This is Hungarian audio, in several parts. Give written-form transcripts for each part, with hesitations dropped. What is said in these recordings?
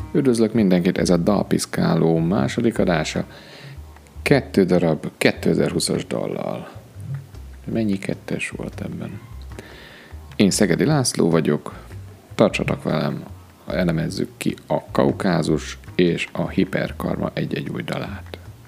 Üdvözlök mindenkit, ez a Dalpiszkáló második adása. 2 darab 2020-as dallal. Mennyi kettes volt ebben? Én Szegedi László vagyok, tartsatok velem, ha elemezzük ki a Kaukázus és a Hiperkarma egy-egy új dalát.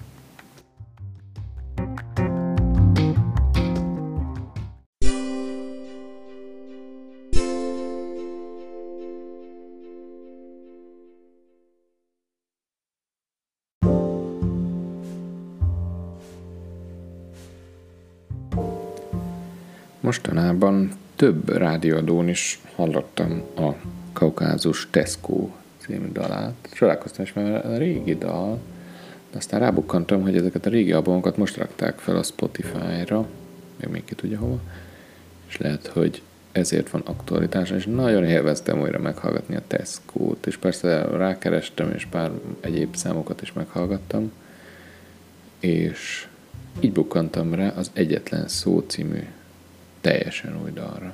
Mostanában több rádióadón is hallottam a Kaukázus Tesco című dalát. Csodálkoztam is, mert a régi dal, de aztán rábukkantam, hogy ezeket a régi albumokat most rakták fel a Spotify-ra, még ki tudja hova, és lehet, hogy ezért van aktualitás, és nagyon élveztem újra meghallgatni a Tesco-t, és persze rákerestem, és pár egyéb számokat is meghallgattam, és így bukkantam rá az Egyetlen Szó című teljesen új dalra.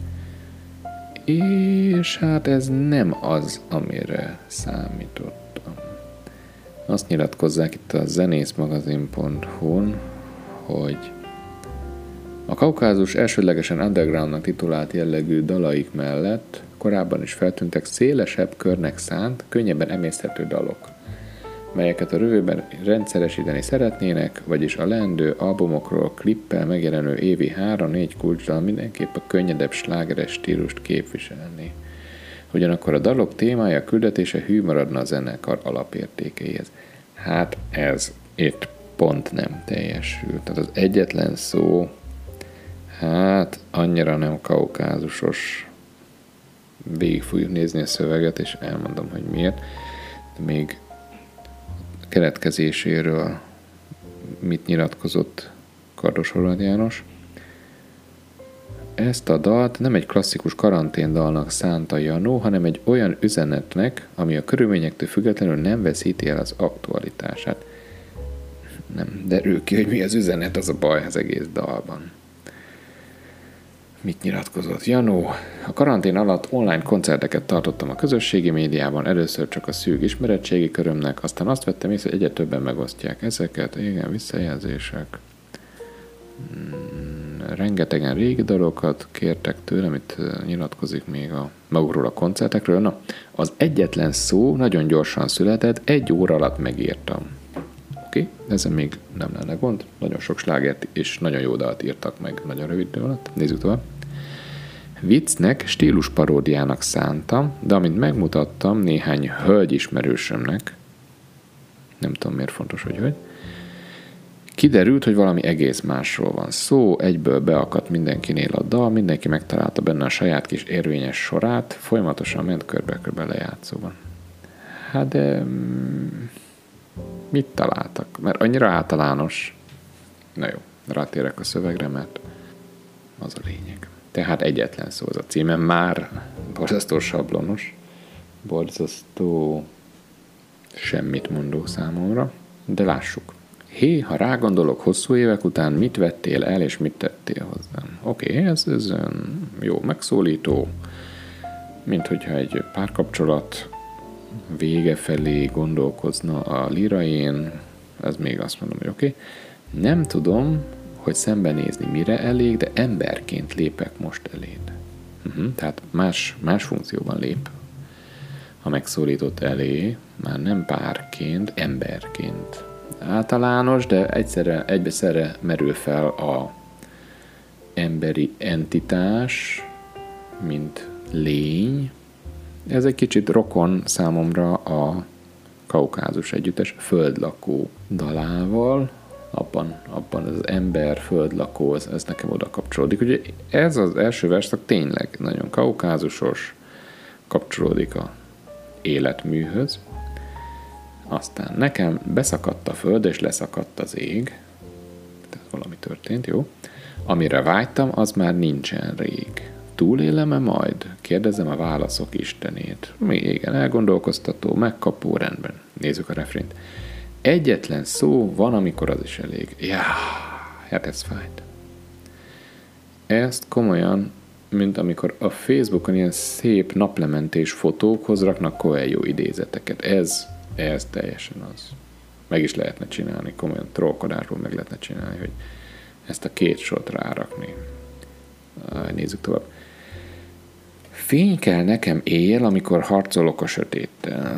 És hát ez nem az, amire számítottam. Azt nyilatkozzák itt a zenészmagazin.hu-n, hogy a Kaukázus elsődlegesen undergroundnak titulált jellegű dalaik mellett korábban is feltűntek szélesebb körnek szánt, könnyebben emészthető dalok, melyeket a rövőben rendszeresíteni szeretnének, vagyis a leendő albumokról klippel megjelenő évi 3-4 kulcsdal mindenképp a könnyedebb slágeres stílust képviselni. Ugyanakkor a dalok témája, küldetése hű maradna a zenekar alapértékeihez. Hát ez itt pont nem teljesült. Tehát az Egyetlen Szó, hát annyira nem kaukázusos. Végig fogjuk nézni a szöveget, és elmondom, hogy miért. De még keletkezéséről mit nyilatkozott Kardos Horváth János. Ezt a dalt nem egy klasszikus karanténdalnak szánta Janó, hanem egy olyan üzenetnek, ami a körülményektől függetlenül nem veszíti el az aktualitását. Nem derül ki, hogy mi az üzenet, az a baj az egész dalban. Mit nyilatkozott Janó? A karantén alatt online koncerteket tartottam a közösségi médiában, először csak a szűk ismeretségi körömnek, aztán azt vettem észre, hogy egyre többen megosztják ezeket, igen, visszajelzések. Rengetegen régi dalokat kértek tőlem, itt nyilatkozik még a magukról a koncertekről. Na, az Egyetlen Szó nagyon gyorsan született, 1 óra alatt megírtam. Oké, ezen még nem lenne gond, nagyon sok slágert és nagyon jó dalt írtak meg nagyon rövid idő alatt. Nézzük tovább. Viccnek, stílusparódiának szántam, de amint megmutattam néhány hölgyismerősömnek, nem tudom miért fontos, hogy hölgy, kiderült, hogy valami egész másról van szó, egyből beakadt mindenkinél a dal, mindenki megtalálta benne a saját kis érvényes sorát, folyamatosan ment körbe-körbe lejátszóban. Hát de mit találtak? Mert annyira általános. Na jó, rátérek a szövegre, mert az a lényeg. Tehát Egyetlen Szó az a címe, már borzasztó sablonos, borzasztó semmit mondó számomra, de lássuk. Hé, ha rágondolok hosszú évek után, mit vettél el, és mit tettél hozzám? Oké, ez jó megszólító, mint hogyha egy párkapcsolat vége felé gondolkozna a lirain, ez még azt mondom, hogy oké. Nem tudom, hogy szembenézni mire elég, de emberként lépek most eléd. Tehát más funkcióban lép a megszólított elé, már nem párként, emberként. Általános, de egyszerre merül fel a emberi entitás, mint lény. Ez egy kicsit rokon számomra a Kaukázus együttes Földlakó dalával, abban az ember, földlakó, ez nekem oda kapcsolódik. Ugye ez az első verszak tényleg nagyon kaukázusos, kapcsolódik a életműhöz. Aztán nekem beszakadt a föld, és leszakadt az ég. Tehát valami történt, jó? Amire vágytam, az már nincsen rég. Túlélem-e majd? Kérdezem a válaszok istenét. Még igen, elgondolkoztató, megkapó, rendben. Nézzük a refrént. Egyetlen szó van, amikor az is elég. Ja, hát ez fájt. Ezt komolyan mint amikor a Facebookon ilyen szép naplementés fotókhoz raknak Coelho idézeteket. Ez teljesen az. Meg is lehetne csinálni, komolyan trollkodásból meg lehetne csinálni, hogy ezt a 2 sort rárakni. Nézzük tovább. Fény kell nekem éjjel, amikor harcolok a sötéttel.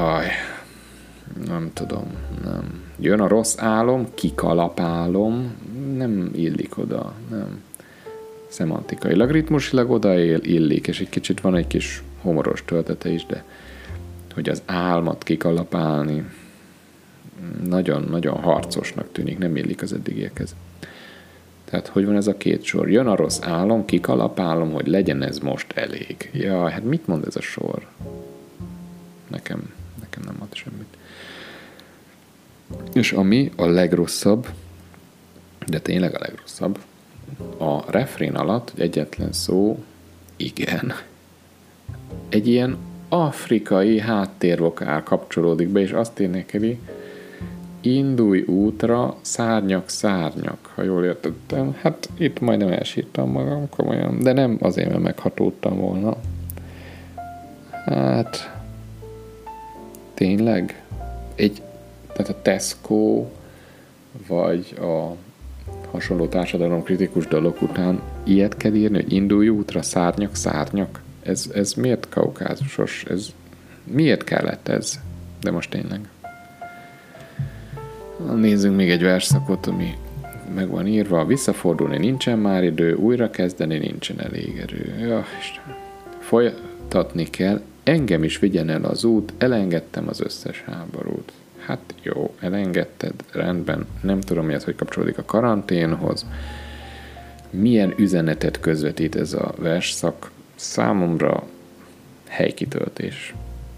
Nem tudom, nem. Jön a rossz álom, kikalapálom, nem illik oda, nem. Szemantikailag, ritmusilag odaél, illik, és egy kicsit van egy kis humoros töltete is, de hogy az álmat kikalapálni nagyon-nagyon harcosnak tűnik, nem illik az eddigiekhez. Tehát, hogy van ez a 2 sor? Jön a rossz álom, kikalapálom, hogy legyen ez most elég. Ja, hát mit mond ez a sor? Nekem nem ad semmit. És ami a legrosszabb, de tényleg a legrosszabb, a refrén alatt egyetlen szó, igen, egy ilyen afrikai háttérvokál kapcsolódik be, és azt énekeli, indulj útra, szárnyak, szárnyak, ha jól értettem. Hát itt majdnem elsírtam magam, komolyan, de nem azért, mert meghatódtam volna. Hát, tényleg? Tehát a Tesco, vagy a hasonló társadalomkritikus dalok után ilyet kell írni, hogy indulj útra, szárnyak, szárnyak. Ez miért kaukázusos? Miért kellett ez? De most tényleg. Nézzünk még egy versszakot, ami meg van írva. Visszafordulni nincsen már idő, újra kezdeni nincsen elég erő. Ja, Isten. Folytatni kell, engem is vigyen el az út, elengedtem az összes háborút. Hát jó, elengedted, rendben. Nem tudom, mi az, hogy kapcsolódik a karanténhoz. Milyen üzenetet közvetít ez a versszak? Számomra helykitöltés.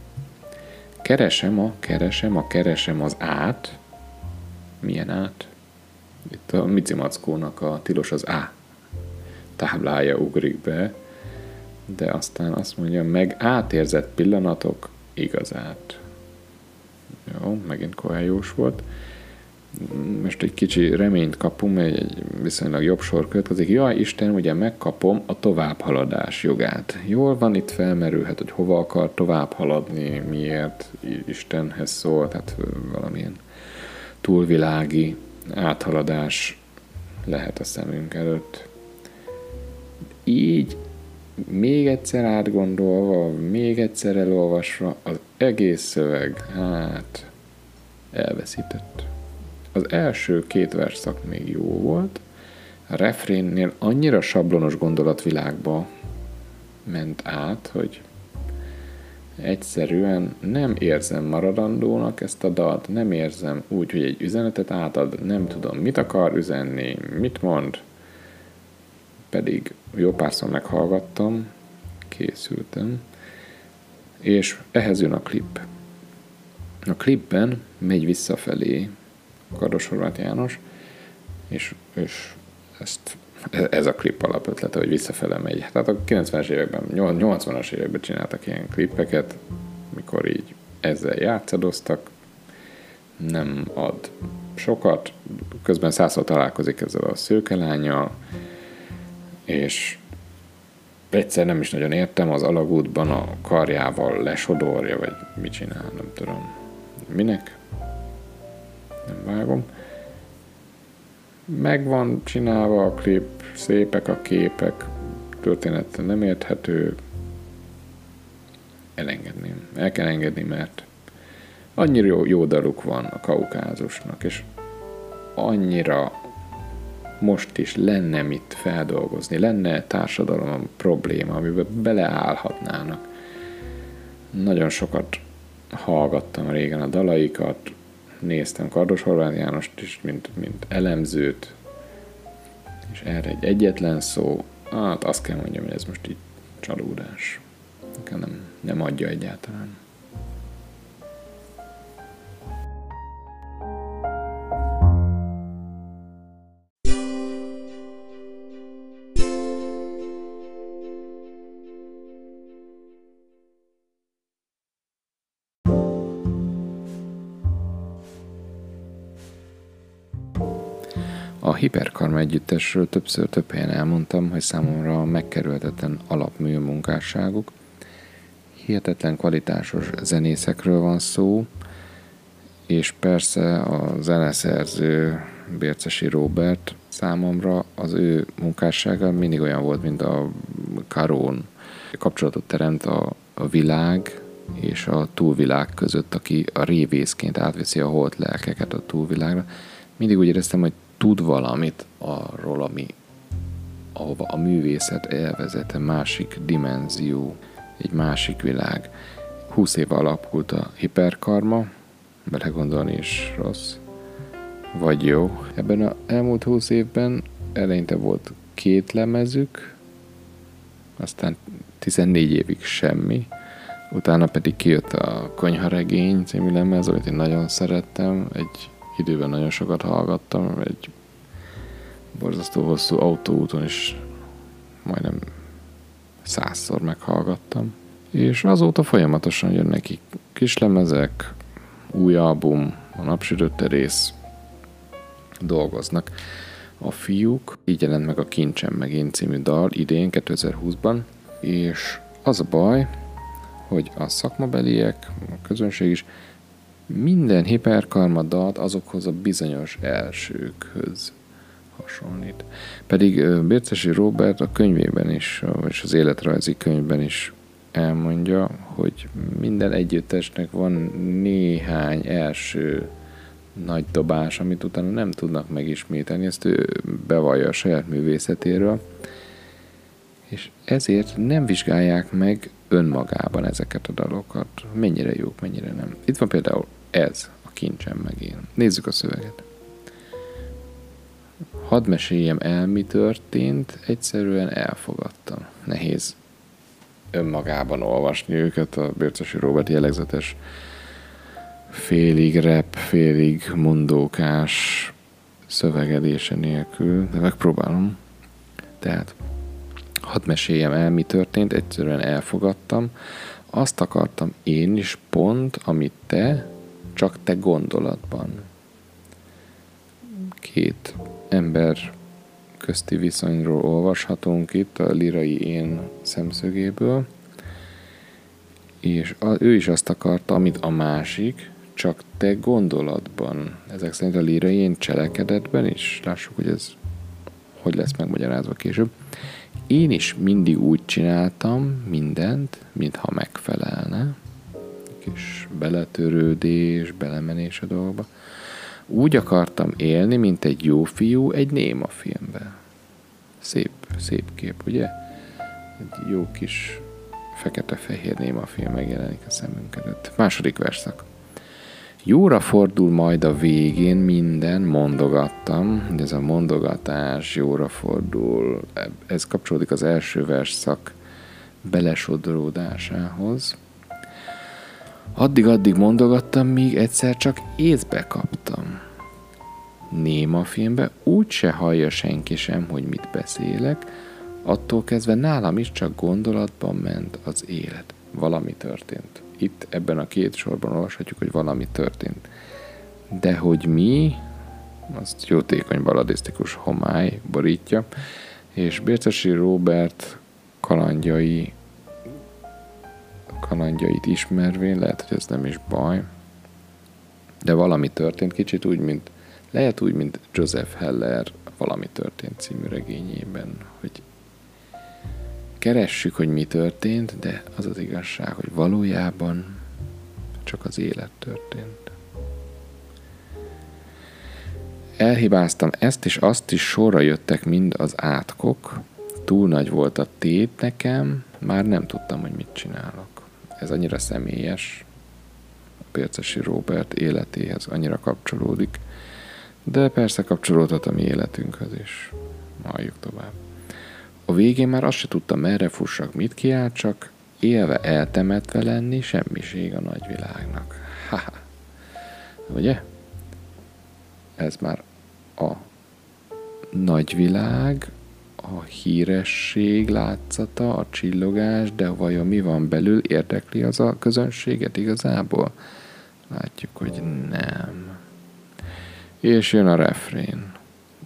Keresem az át. Milyen át? Itt a Mici Mackónak a tilos az A táblája ugrik be, de aztán azt mondja, meg átérzett pillanatok igazát. Jó, megint Coelhós volt. Most egy kicsi reményt kapunk, egy viszonylag jobb sor következik. Jaj, Isten, ugye megkapom a továbbhaladás jogát. Jól van, itt felmerülhet, hogy hova akar tovább haladni, miért Istenhez szól, tehát valamilyen túlvilági áthaladás lehet a szemünk előtt. Így még egyszer átgondolva, még egyszer elolvasva, az egész szöveg, hát elveszített. Az első 2 versszak még jó volt, a refrénnél annyira sablonos gondolatvilágba ment át, hogy egyszerűen nem érzem maradandónak ezt a dalt, nem érzem úgy, hogy egy üzenetet átad, nem tudom, mit akar üzenni, mit mond, pedig jó párszor meghallgattam, készültem, és ehhez jön a klip. A klipben megy visszafelé Kardos Horváth János, és ez a klip alapötlete, hogy visszafele megy. Tehát a 90-es években, 80-as években csináltak ilyen klippeket, mikor így ezzel játszadoztak, nem ad sokat, közben 100-szor találkozik ezzel a szőkelánnyal, és egyszer nem is nagyon értem, az alagútban a karjával lesodorja, vagy mit csinál, nem tudom. Minek? Nem vágom. Meg van csinálva a klip, szépek a képek, történet nem érthető. Elengedném. El kell engedni, mert annyira jó daluk van a Kaukázusnak, és annyira most is lenne mit feldolgozni, lenne társadalom probléma, amiben beleállhatnának. Nagyon sokat hallgattam régen a dalaikat, néztem Kardos Horváth Jánost is, mint elemzőt, és erre egy egyetlen szó, hát azt kell mondjam, hogy ez most így csalódás. Nem adja egyáltalán. A Hiperkarma együttesről többször több helyen elmondtam, hogy számomra megkerülhetetlen alapmű munkásságuk. Hihetetlen kvalitásos zenészekről van szó, és persze a zeneszerző Bércesi Róbert, számomra az ő munkássága mindig olyan volt, mint a Karón. Kapcsolatot teremt a világ és a túlvilág között, aki a révészként átviszi a holt lelkeket a túlvilágra. Mindig úgy éreztem, hogy tud valamit arról, ahova a művészet elvezet, másik dimenzió, egy másik világ. 20 éve alakult a Hiperkarma, belegondolni is rossz, vagy jó. Ebben az elmúlt 20 évben eleinte volt 2 lemezük, aztán 14 évig semmi, utána pedig kijött a Konyharegény című lemez, amit én nagyon szerettem, egy időben nagyon sokat hallgattam, egy borzasztó hosszú autóúton is majdnem 100-szor meghallgattam. És azóta folyamatosan jön neki kislemezek, új album, a Napsütötte rész, dolgoznak a fiúk. Így jelent meg a Kincsem meg én című dal idén, 2020-ban, és az a baj, hogy a szakmabeliek, a közönség is minden Hiperkarma dalt azokhoz a bizonyos elsőkhöz hasonlít. Pedig Bércesi Róbert a könyvében is, és az életrajzi könyvben is elmondja, hogy minden együttesnek van néhány első nagy dobás, amit utána nem tudnak megismételni, ezt ő bevallja a saját művészetéről, és ezért nem vizsgálják meg önmagában ezeket a dalokat. Mennyire jók, mennyire nem. Itt van például ez, a Kincsem meg én. Nézzük a szöveget. Hadd meséljem el, mi történt, egyszerűen elfogadtam. Nehéz önmagában olvasni őket, a Bércesi Róbert jellegzetes félig rap, félig mondókás szövegedése nélkül, de megpróbálom. Tehát, hadd meséljem el, mi történt, egyszerűen elfogadtam. Azt akartam én is pont, amit te, csak te gondolatban. 2 ember közti viszonyról olvashatunk itt a lirai én szemszögéből, és ő is azt akarta, amit a másik, csak te gondolatban. Ezek szerint a lirai én cselekedetben is. Lássuk, hogy ez hogy lesz megmagyarázva később. Én is mindig úgy csináltam mindent, mintha megfelelne. Kis beletörődés, belemenés a dolgba. Úgy akartam élni, mint egy jó fiú egy néma filmben. Szép kép, ugye? Egy jó kis fekete-fehér néma film megjelenik a szemünk előtt. Második verszak. Jóra fordul majd a végén minden, mondogattam. Ez a mondogatás, jóra fordul. Ez kapcsolódik az első verszak belesodródásához. Addig mondogattam, míg egyszer csak észbe kaptam. Néma filmben úgy se hallja senki sem, hogy mit beszélek, attól kezdve nálam is csak gondolatban ment az élet. Valami történt. Itt ebben a 2 sorban olvashatjuk, hogy valami történt. De hogy mi, azt jótékony balladisztikus homály borítja, és Bércesi Róbert kalandjait ismervén, lehet, hogy ez nem is baj, de valami történt, kicsit úgy, mint Joseph Heller Valami történt című regényében, hogy keressük, hogy mi történt, de az az igazság, hogy valójában csak az élet történt. Elhibáztam ezt és azt is, sorra jöttek mind az átkok, túl nagy volt a tét nekem, már nem tudtam, hogy mit csinálok. Ez annyira személyes, a Bércesi Róbert életéhez annyira kapcsolódik, de persze kapcsolódhat a mi életünkhöz is. Halljuk tovább. A végén már azt se tudtam, merre fussak, mit kiáltsak, élve eltemetve lenni, semmiség a nagyvilágnak. Haha. Ugye? Ez már a nagyvilág, a híresség látszata, a csillogás, de vajon mi van belül, érdekli az a közönséget igazából? Látjuk, hogy nem. És jön a refrén.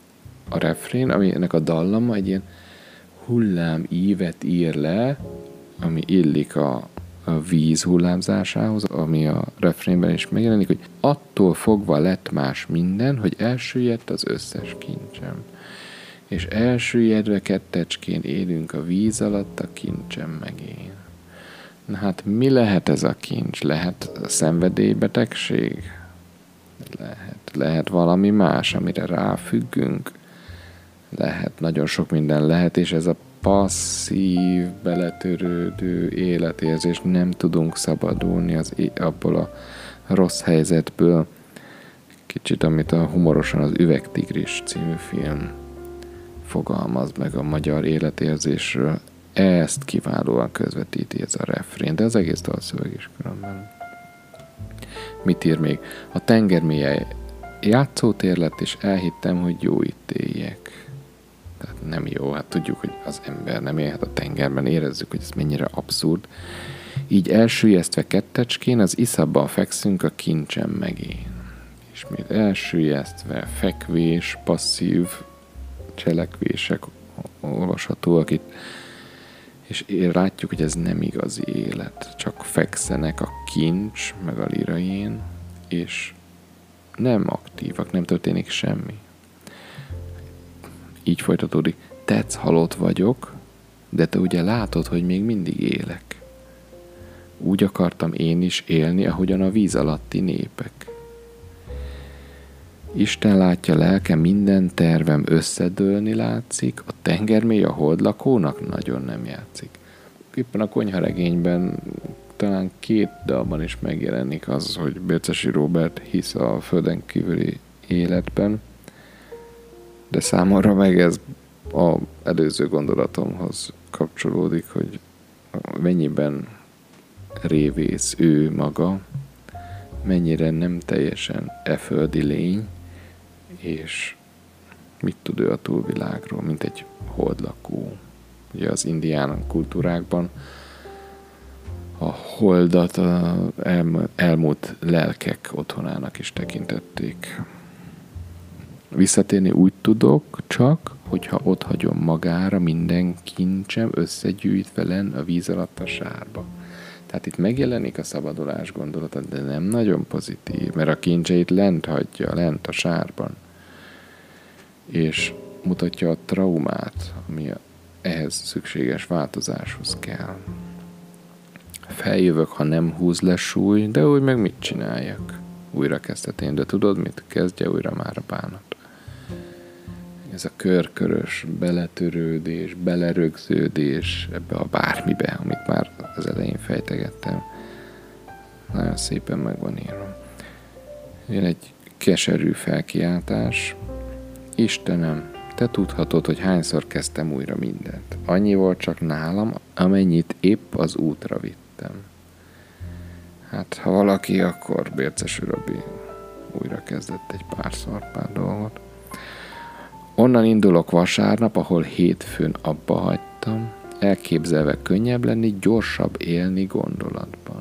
a refrén, aminek a dallama egy ilyen hullám ívet ír le, ami illik a víz hullámzásához, ami a refrénben is megjelenik, hogy attól fogva lett más minden, hogy elsüllyedt az összes kincsem. És elsüllyedve kettecskén élünk a víz alatt, a kincsem meg én. Na hát mi lehet ez a kincs? Lehet a szenvedélybetegség? Lehet valami más, amire ráfüggünk? Lehet, nagyon sok minden lehet, és ez a passzív, beletörődő életérzés, nem tudunk szabadulni abból a rossz helyzetből. Kicsit, amit a humorosan az Üvegtigris című film fogalmaz meg a magyar életérzésről. Ezt kiválóan közvetíti ez a refrén, de az egész dalszöveg is különben. Mit ír még? A tengermélye játszótér lett, és elhittem, hogy jó itt éljek. Tehát nem jó, hát tudjuk, hogy az ember nem élhet a tengerben, érezzük, hogy ez mennyire abszurd. Így elsüllyesztve kettecskén, az iszabban fekszünk, a kincsem meg én. Ismét elsüllyesztve, fekvés, passzív cselekvések olvashatóak itt, és látjuk, hogy ez nem igazi élet, csak fekszenek a kincs, meg a lirain, és nem aktívak, nem történik semmi. Így folytatódik, tetsz halott vagyok, de te ugye látod, hogy még mindig élek. Úgy akartam én is élni, ahogyan a víz alatti népek. Isten látja, lelke, minden tervem összedőlni látszik, a tengermély a holdlakónak nagyon nem játszik. Éppen a konyharegényben talán 2 dalban is megjelenik az, hogy Bércesi Róbert hisz a földön kívüli életben, de számomra meg ez az előző gondolatomhoz kapcsolódik, hogy mennyiben révész ő maga, mennyire nem teljesen földi lény, és mit tud ő a túlvilágról, mint egy holdlakó. Ugye az indián kultúrákban a holdat a elmúlt lelkek otthonának is tekintették. Visszatérni úgy tudok csak, hogyha ott hagyom magára minden kincsem összegyűjtve lenn a víz alatt a sárba. Tehát itt megjelenik a szabadulás gondolata, de nem nagyon pozitív, mert a kincseit lent hagyja, lent a sárban. És mutatja a traumát, ami ehhez szükséges változáshoz kell. Feljövök, ha nem húz le súly, de úgy meg mit csináljak? Újra kezdhetén, de tudod mit? Kezdje újra már a bánat. Ez a körkörös beletörődés, belerögződés ebbe a bármibe, amit már az elején fejtegettem. Nagyon szépen meg van írva. Jön egy keserű felkiáltás. Istenem, te tudhatod, hogy hányszor kezdtem újra mindent. Annyi volt csak nálam, amennyit épp az útra vittem. Hát, ha valaki, akkor Bérces Robi újra kezdett egy pár dolgot. Onnan indulok vasárnap, ahol hétfőn abba hagytam, elképzelve könnyebb lenni, gyorsabb élni gondolatban.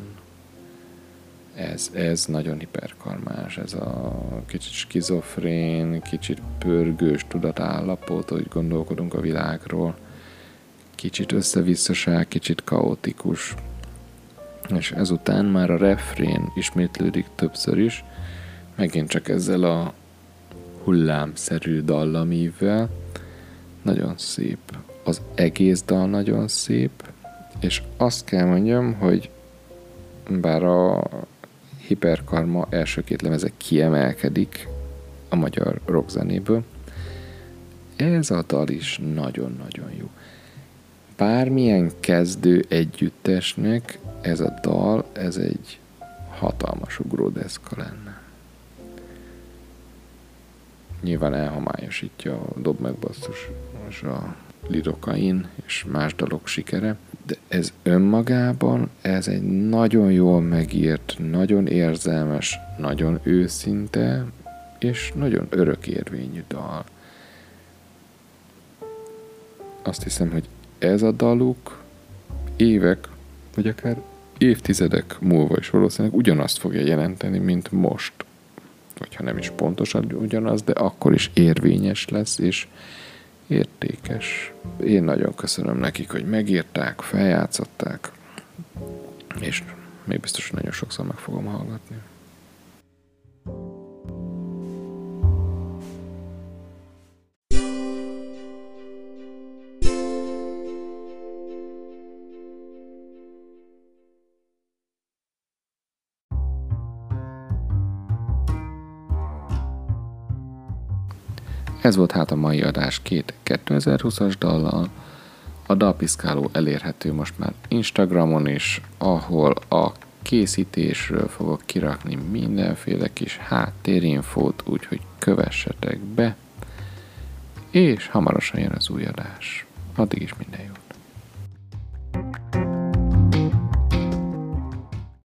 Ez nagyon hiperkarmás, ez a kicsit skizofrén, kicsit pörgős tudatállapot, hogy gondolkodunk a világról, kicsit összevisszaság, kicsit kaotikus. És ezután már a refrén ismétlődik többször is, megint csak ezzel a hullámszerű dallamívvel. Nagyon szép. Az egész dal nagyon szép, és azt kell mondjam, hogy bár a hiperkarma első 2 lemeze kiemelkedik a magyar rockzenéből, ez a dal is nagyon-nagyon jó. Bármilyen kezdő együttesnek ez a dal, ez egy hatalmas ugródeszka lenne. Nyilván elhomályosítja a Dob meg basszus és a lidokain és más dalok sikere, de ez önmagában, ez egy nagyon jól megírt, nagyon érzelmes, nagyon őszinte és nagyon örökérvényű dal. Azt hiszem, hogy ez a daluk évek, vagy akár évtizedek múlva is valószínűleg ugyanazt fogja jelenteni, mint most. Vagy ha nem is pontosan ugyanaz, de akkor is érvényes lesz, és értékes. Én nagyon köszönöm nekik, hogy megírták, feljátszották, és még biztos, hogy nagyon sokszor meg fogom hallgatni. Ez volt hát a mai adás 2020-as dallal. A dalpiszkáló elérhető most már Instagramon is, ahol a készítésről fogok kirakni mindenféle kis háttérinfót, úgyhogy kövessetek be, és hamarosan jön az új adás. Addig is minden jót!